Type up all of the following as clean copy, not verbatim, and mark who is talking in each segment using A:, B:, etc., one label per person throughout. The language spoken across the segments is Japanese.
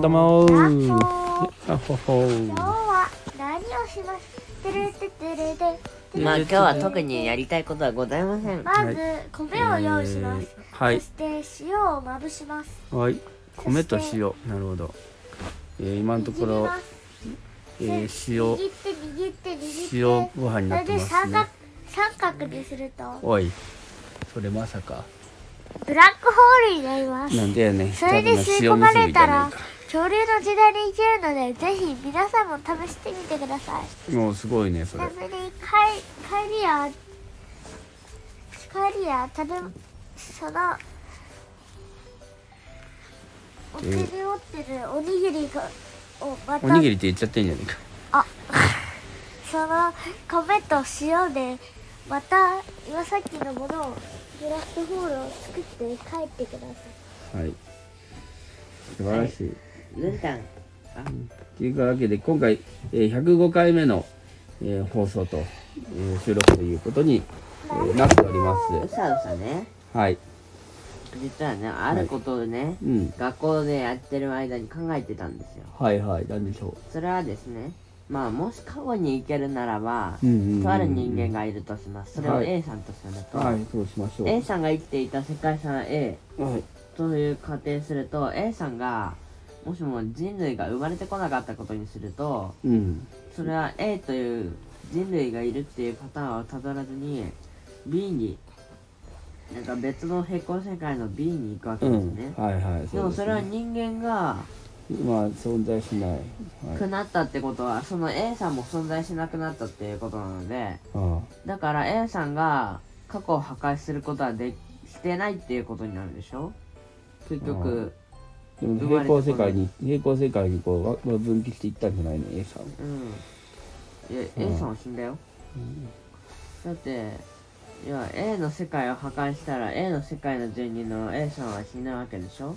A: どうも
B: ラ
A: ー。
B: ッホー
A: あほほ
B: 今日は何をしますてれててれで
C: まあ今日は特にやりたいことはございません。
B: まず米を用意します、
A: はい
B: そして塩をまぶします。
A: はい米と塩なるほど、今のところ、
B: 握ります。
A: 塩
B: 握って握って握って
A: 塩ご飯になってます
B: それで
A: ね。
B: 三角にすると
A: おいそれまさか
B: ブラックホールになります。
A: なんでやねん。
B: それで吸い込まれたら恐竜の時代に生きるので、ぜひ皆さんも試してみてください。
A: もうすごいねそれ。
B: ちなみに帰りや食べそのお手に持ってるおにぎりをまた
A: おにぎりって言っちゃってんじゃねえか。
B: その米と塩でまた今さっきのものをブラックホールを作って帰ってください。
A: はい素晴らしい、
C: ルンタン。
A: というわけで今回、105回目の、放送と、収録ということに、なっておりま
C: うさうさね。
A: す。はい。
C: 実はね、あることをね、
A: うん。
C: 学校でやってる間に考えてたんですよ。
A: はいはいなんでしょ
C: それはですね、まあもし過去に行けるならば、
A: う。うんうんうんうん
C: とある人間がいるとします。それを
A: はい
C: A さんとすると、
A: はいそうしましょう。
C: A さんが生きていた世界遺産 A
A: はい
C: という仮定すると、 A さんがもしも人類が生まれてこなかったことにすると、
A: うん
C: それは A という人類がいるっていうパターンをたどらずに B になんか別の平行世界の B に行くわけ
A: う
C: ですね、
A: んはいはい
C: でもそれは
A: ね
C: 人間が
A: まあ存在しない。はい
C: くなったってことは、その A さんも存在しなくなったっていうことなので、
A: あ
C: だから A さんが過去を破壊することはしてないっていうことになるでしょ結局。
A: あでも平行世界にこう分岐していったんじゃないの A さん。
C: いや A さんは死んだよ、だっていや A の世界を破壊したら A の世界の住人の A さんは死ぬわけでしょ。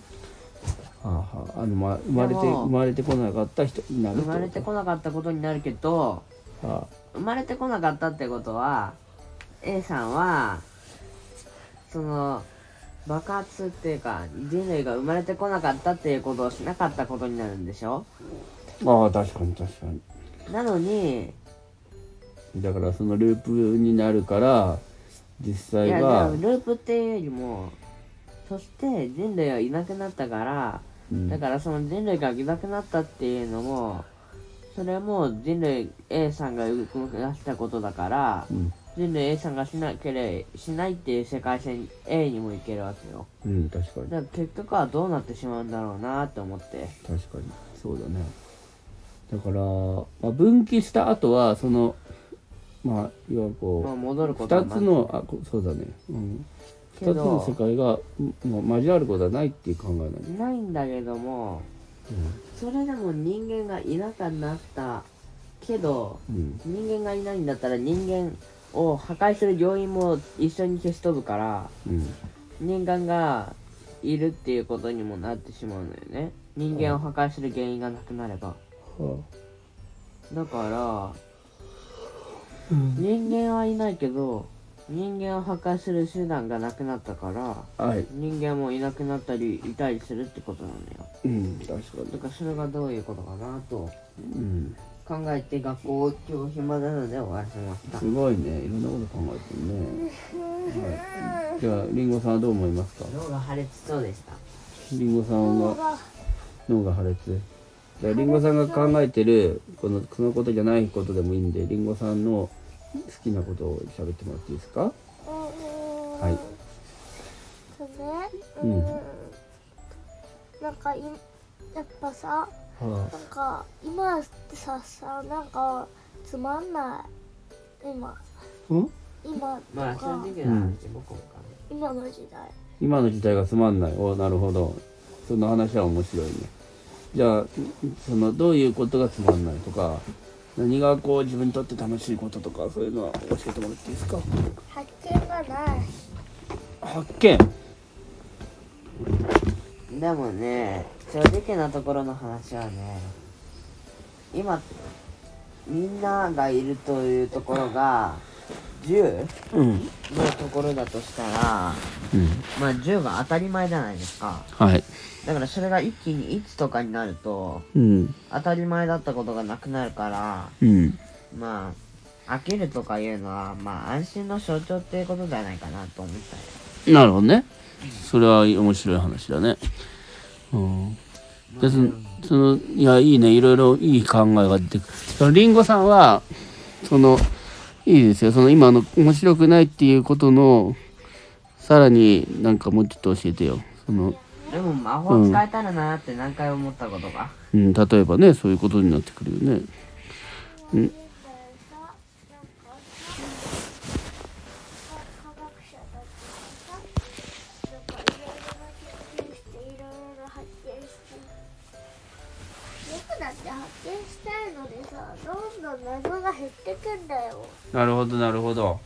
A: 生まれてこなかった人になるってこと。
C: 生まれてこなかったことになるけど、生まれてこなかったってことは A さんはその爆発っていうか人類が生まれてこなかったっていうことをしなかったことになるんでしょ。
A: ああ確かに
C: なのに
A: だからそのループになるから実
C: いやで
A: 際は
C: もループっていうよりも、そして人類はいなくなったから、だからその人類がいなくなったっていうのも、それも人類 A さんが動かしたことだから、人類 A さんがしないっていう世界線 A にも行けるわけよ。
A: 確かに
C: だから結局はどうなってしまうんだろうなって思って。
A: 確かにそうだね。だから、まあ、分岐した後はそのまあいわゆるこう、
C: 戻ることは
A: 2つのそうだね、2つの世界がもう交わることはないっていう考え
C: ないんだけども、それでも人間がいなくなったけど、人間がいないんだったら人間を破壊する要因も一緒に消し飛ぶから、人間がいるっていうことにもなってしまうのよね。人間を破壊する原因がなくなれば、だから人間はいないけど人間を破壊する手段がなくなったから、人間もいなくなったりいたりするってことなのよ。
A: 確かに。
C: だからそれがどういうことかなと考えて、学校今日暇なので終わらせました。
A: すごいね、いろんなこと考えてるね。じゃありんごさんはどう思いますか。
C: 脳が破裂そうでした。
A: りんごさんが脳が破裂。りんごさんが考えてるそのことじゃないことでもいいんで、りんごさんの好きなことを喋ってもらっていいですか。はい
B: なんかやっぱさ、なんか今ってさなんかつまんない今
C: まあ正直な話、僕も
B: 今の時代
A: 今の時代がつまんない。なるほど、その話は面白いね。じゃあどういうことがつまんないとか、何がこう自分にとって楽しいこととか、そういうのは教えてもらっていいですか。
B: 発見がない。
A: 発見。
C: でもね、正直なところの話はね、今みんながいるというところが 10
A: うん
C: のところだとしたら、
A: うん
C: まあ10が当たり前じゃないですか。
A: はい
C: だからそれが一気に1とかになると
A: うん
C: 当たり前だったことがなくなるから、
A: うん
C: まあ飽きるとかいうのはまあ安心の象徴っていうことじゃないかなと思ったよ。
A: なるほどね。それは面白い話だね。うん。でいやいいね、いろいろいい考えが出てくる。そのリンゴさんはいいですよ。今の面白くないっていうことのさらになんかもうちょっと教えてよ。
C: でも魔法使えたらなって何回思ったことが、
A: 例えばね、そういうことになってくるよね。
B: 科学者たちがさ、いろいろな研究していろいろな発見して僕だって発見したいのでさ、どんどん謎が減ってくんだよ。
A: なるほどなるほど。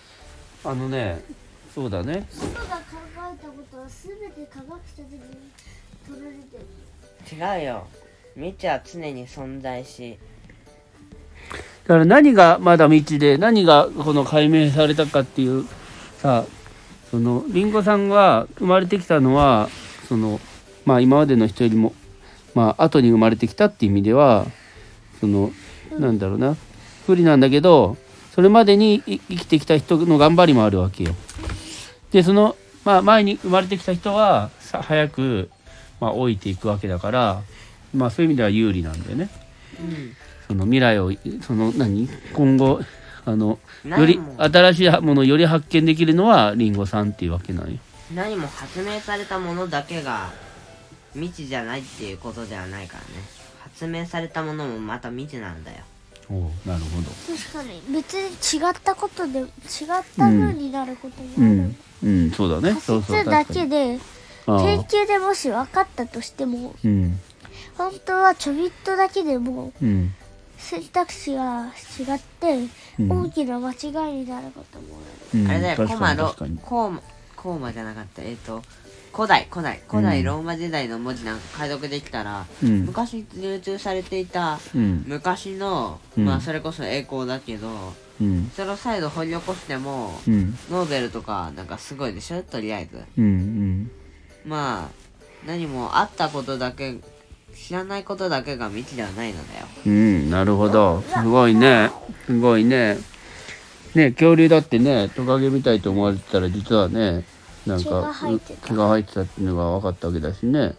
A: そうだね。
B: 僕が考えたことは全て科学者たちに取られてる。
C: 違うよ。未知は常に存在し、
A: だから何がまだ未知で何がこの解明されたかっていうさ、リンゴさんが生まれてきたのはまあ今までの人よりもまあ後に生まれてきたっていう意味ではなんだろうな、不利なんだけど、それまでに生きてきた人の頑張りもあるわけよ。でまあ前に生まれてきた人は早く老いていくわけだから、まあそういう意味では有利なんだよね。未来を今後より新しいものをより発見できるのはリンゴさんっていうわけなんよ。
C: 何も発明されたものだけが未知じゃないっていうことではないからね。発明されたものもまた未知なんだよ。
A: なるほど。
B: 確かに別に違ったことで違った風になることもある。
A: そうだね。
B: 仮説だけで研
A: あ
B: 究でもし分かったとしても、本当はちょびっとだけでも選択肢が違って大きな間違いになることもある。
C: あれだよ、
A: 確かに確かに
C: コーマじゃなかった。古代ローマ時代の文字なんか解読できたら、昔流通されていた昔の、まあそれこそ栄光だけど、それを再度掘り起こしても、ノーベルとかなんかすごいでしょ、とりあえず。まあ何もあったことだけ、知らないことだけが未知ではないのだよ。
A: なるほど。すごいね。すごいね。恐竜だってね、トカゲみたいと思われてたら実はね、なんか
B: 毛が生えてた
A: 毛が生えてたっていうのが分かったわけだしね。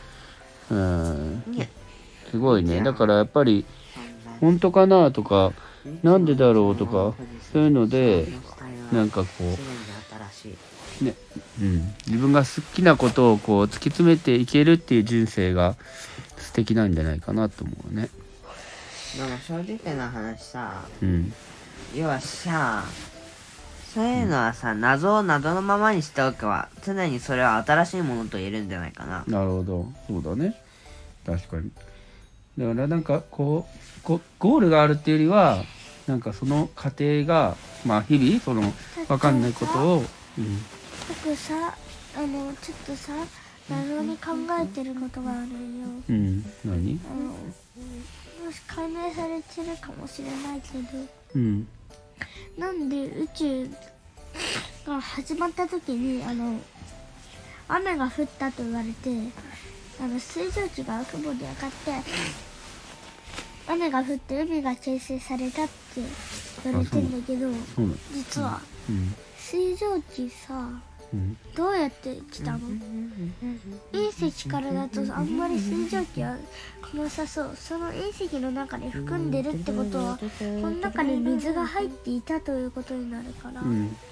A: すごいね。だからやっぱり本当かなとか、なんでだろうとか、そういうのでなんかこうね、自分が好きなことをこう突き詰めていけるっていう人生が素敵なんじゃないかなと思うね。
C: でも正直な話さ、
A: うん
C: 要はさ、そういうのはさ、謎を謎のままにしておけば常にそれは新しいものと言えるんじゃないかな。
A: なるほど、そうだね。確かに。だからなんかこうゴールがあるっていうよりは、なんかその過程がまあ日々分かんないことを、
B: 僕さ、ちょっとさ、謎に考えてることがあるよ。
A: 何？
B: もし解明されてるかもしれないけど、なんで宇宙が始まった時に雨が降ったと言われて、水蒸気が雲に上がって雨が降って海が形成されたって言われてんだけど、実は水蒸気さ、どうやって来たの？隕石からだとあんまり水蒸気は来なさそう。その隕石の中に含んでるってことは、この中に水が入っていたということになるから、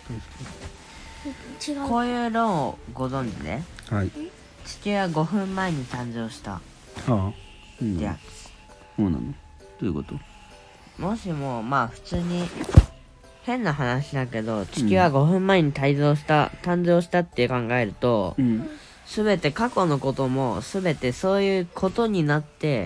B: 違う。
C: こういう論をご存知で、
A: はい。
C: 地球は5分前に誕生したってやつ。
A: そうなの？どういうこと？
C: もしもまあ普通に変な話だけど、地球は5分前に誕生したって考えると、全て過去のことも全てそういうことになって、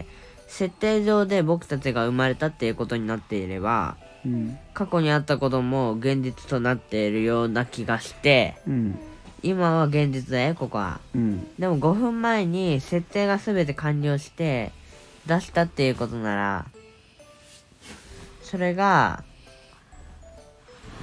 C: 設定上で僕たちが生まれたっていうことになっていれば、過去にあったことも現実となっているような気がして、今は現実だよ、ここは。でも5分前に設定が全て完了して出したっていうことなら、それが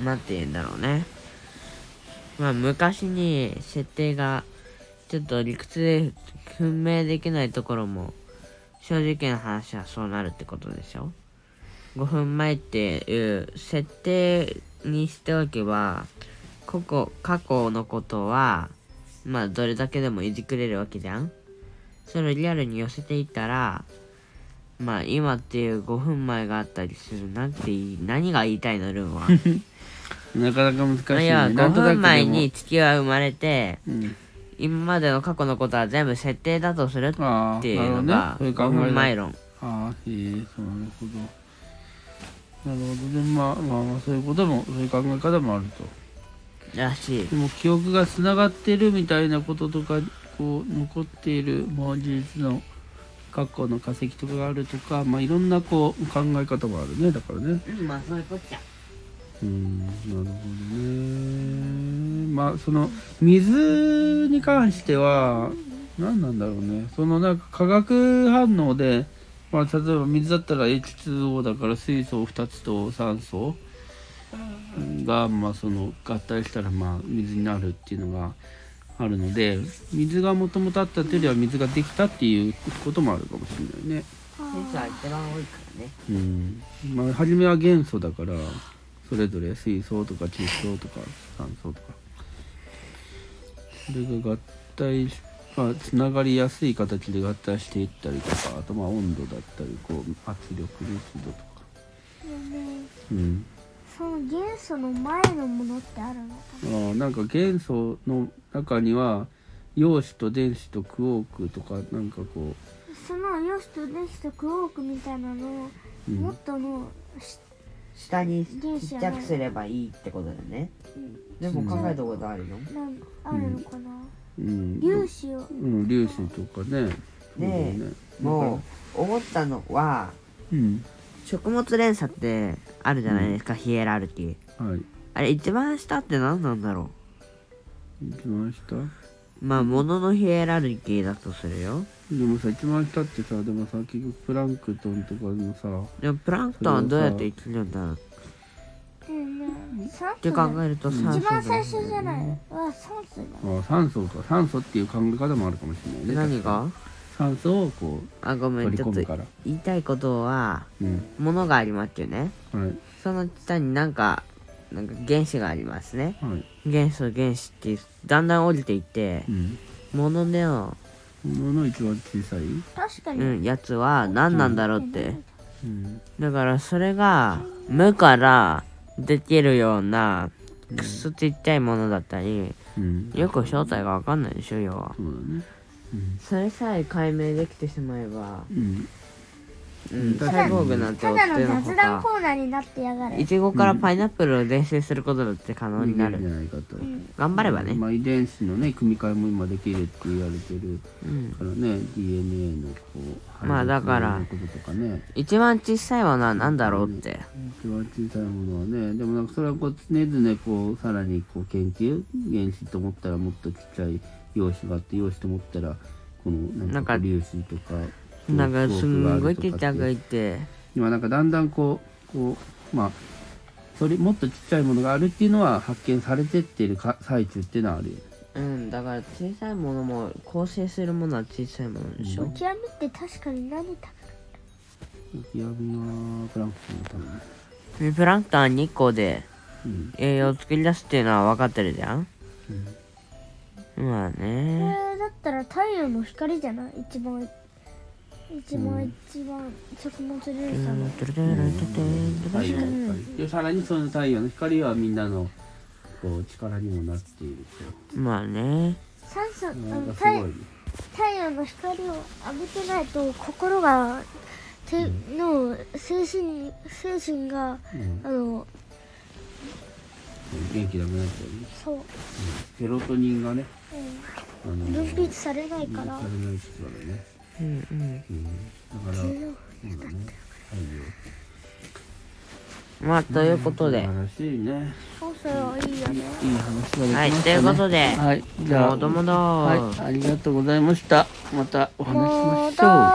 C: なんて言うんだろうね。まあ昔に設定がちょっと理屈で分明できないところも正直な話はそうなるってことでしょ。5分前っていう設定にしておけば過去のことはまあどれだけでもいじくれるわけじゃん。それをリアルに寄せていったらまあ今っていう5分前があったりする。何が言いたいのルンは
A: なかなか難しいね。
C: いや5
A: なんとなくでも
C: 分前に地球は生まれて、
A: うん
C: 今までの過去のことは全部設定だとするっていうのが5分前論。
A: ああ、そうなるほど。なるほどね。まあそういうことも、そういう考え方もあると。
C: らしい。
A: でも記憶がつながってるみたいなこととか、こう残っているもう事実の過去の化石とかがあるとか、まあいろんなこう考え方もあるね。だからね。
C: まあそういうこっちゃ。
A: なるほどね。まあその水に関しては何なんだろうね。そのなんか化学反応で、まあ例えば水だったら H2O だから水素2つと酸素がまあその合体したらまあ水になるっていうのがあるので、水がもともとあったというよりは水ができたっていうこともあるかもしれないね。
C: 水素は一番多いからね。
A: まあ初めは元素だから。それぞれ水素とか窒素とか酸素とかそれが合体つながりやすい形で合体していったりとか、あとまあ温度だったりこう圧力密度とか、
B: その元素の前のものってあるのかな。
A: なんか元素の中には陽子と電子とクォークとかなんかこう
B: その陽子と電子とクォークみたいなのを、もっとの
C: 下にちっちゃくすればいいってことだよね。でも考えたことあるの？
B: あるのかな。粒子を。
A: 粒子とかね。
C: で、もう思ったのは、食物連鎖ってあるじゃないですか、ヒエラルキー。
A: はい。
C: あれ一番下って何なんだろ
A: う。一番下？
C: まあ物のヒエラルキーだとするよ。
A: でもさ、一番下ってさ、でもさ、結局プランクトンとかのさ、
C: でもプランクトンはどうやって生きるんだろうって考えると酸素
B: 一番最初じゃないは酸素だ。
A: 酸素か。酸素っていう考え方もあるかもしれないね。
C: 何が？
A: 酸素をこう
C: ごめん、ちょっと言いたいことは、物がありますよね。
A: はい。
C: その下になんか原子がありますね。はい、原子ってだんだん降りていって、物の
A: 一番小さい
B: 確かに、
C: やつは何なんだろうって、だからそれが無からできるようなくそちっちゃいものだったり、よく正体が分かんないでしょ、要は。
A: そうだね。
C: それさえ解明できてしまえば、サイボーグなんて
B: ただの雑談コーナーになってやがる。
C: イチゴからパイナップルを伝承することだって可能になる。頑張ればね。
A: 遺伝子のね組み換えも今できるって言われてるからね、DNA のこう
C: まあだから
A: こととかね。
C: 一番小さいものは何だろうって。
A: 一番小さいものはね、でもなんかそれはこう常々こうさらにこう研究原子と思ったらもっとちっちゃい陽子があって、陽子と思ったらこのなんか粒子とか。
C: なんかすんごいちっちゃくいて、
A: 今なんかだんだんこうまあそれもっとちっちゃいものがあるっていうのは発見されてってる最中っていうのはあるよね。
C: だから小さいものも構成するものは小さいものでしょ。
B: オキアミって確かに何食べる？
A: オキアミはプランクトンのために。
C: プランクトンは日光で栄養を作り出すっていうのは分かってるじゃん。まあね。
B: だったら太陽の光じゃない？一番食物連鎖の
A: さらにその太陽の光はみんなのこう力にもなっている
C: と。まあね。
B: 太陽の光を浴びてないと心がの精神が
A: 元気なくなっちゃうね。
B: そう。
A: セロトニンがね、
B: 分泌されないから。
A: だからそうだね。
C: まあということで。
A: 素晴らしいね。
B: そういいよね。
A: いい話ができましたね。
C: はい、ということで。
A: はい、じゃあ
C: もどもど。
A: はい、ありがとうございました。またお話ししましょう。